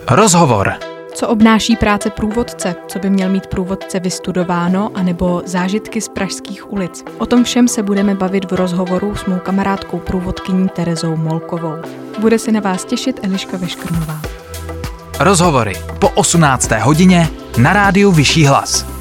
Rozhovor. Co obnáší práce průvodce, co by měl mít průvodce vystudováno, anebo zážitky z pražských ulic. O tom všem se budeme bavit v rozhovoru s mou kamarádkou průvodkyní Terezou Molkovou. Bude se na vás těšit Eliška Veškrnová. Rozhovory po 18. hodině na rádiu Vyšší hlas.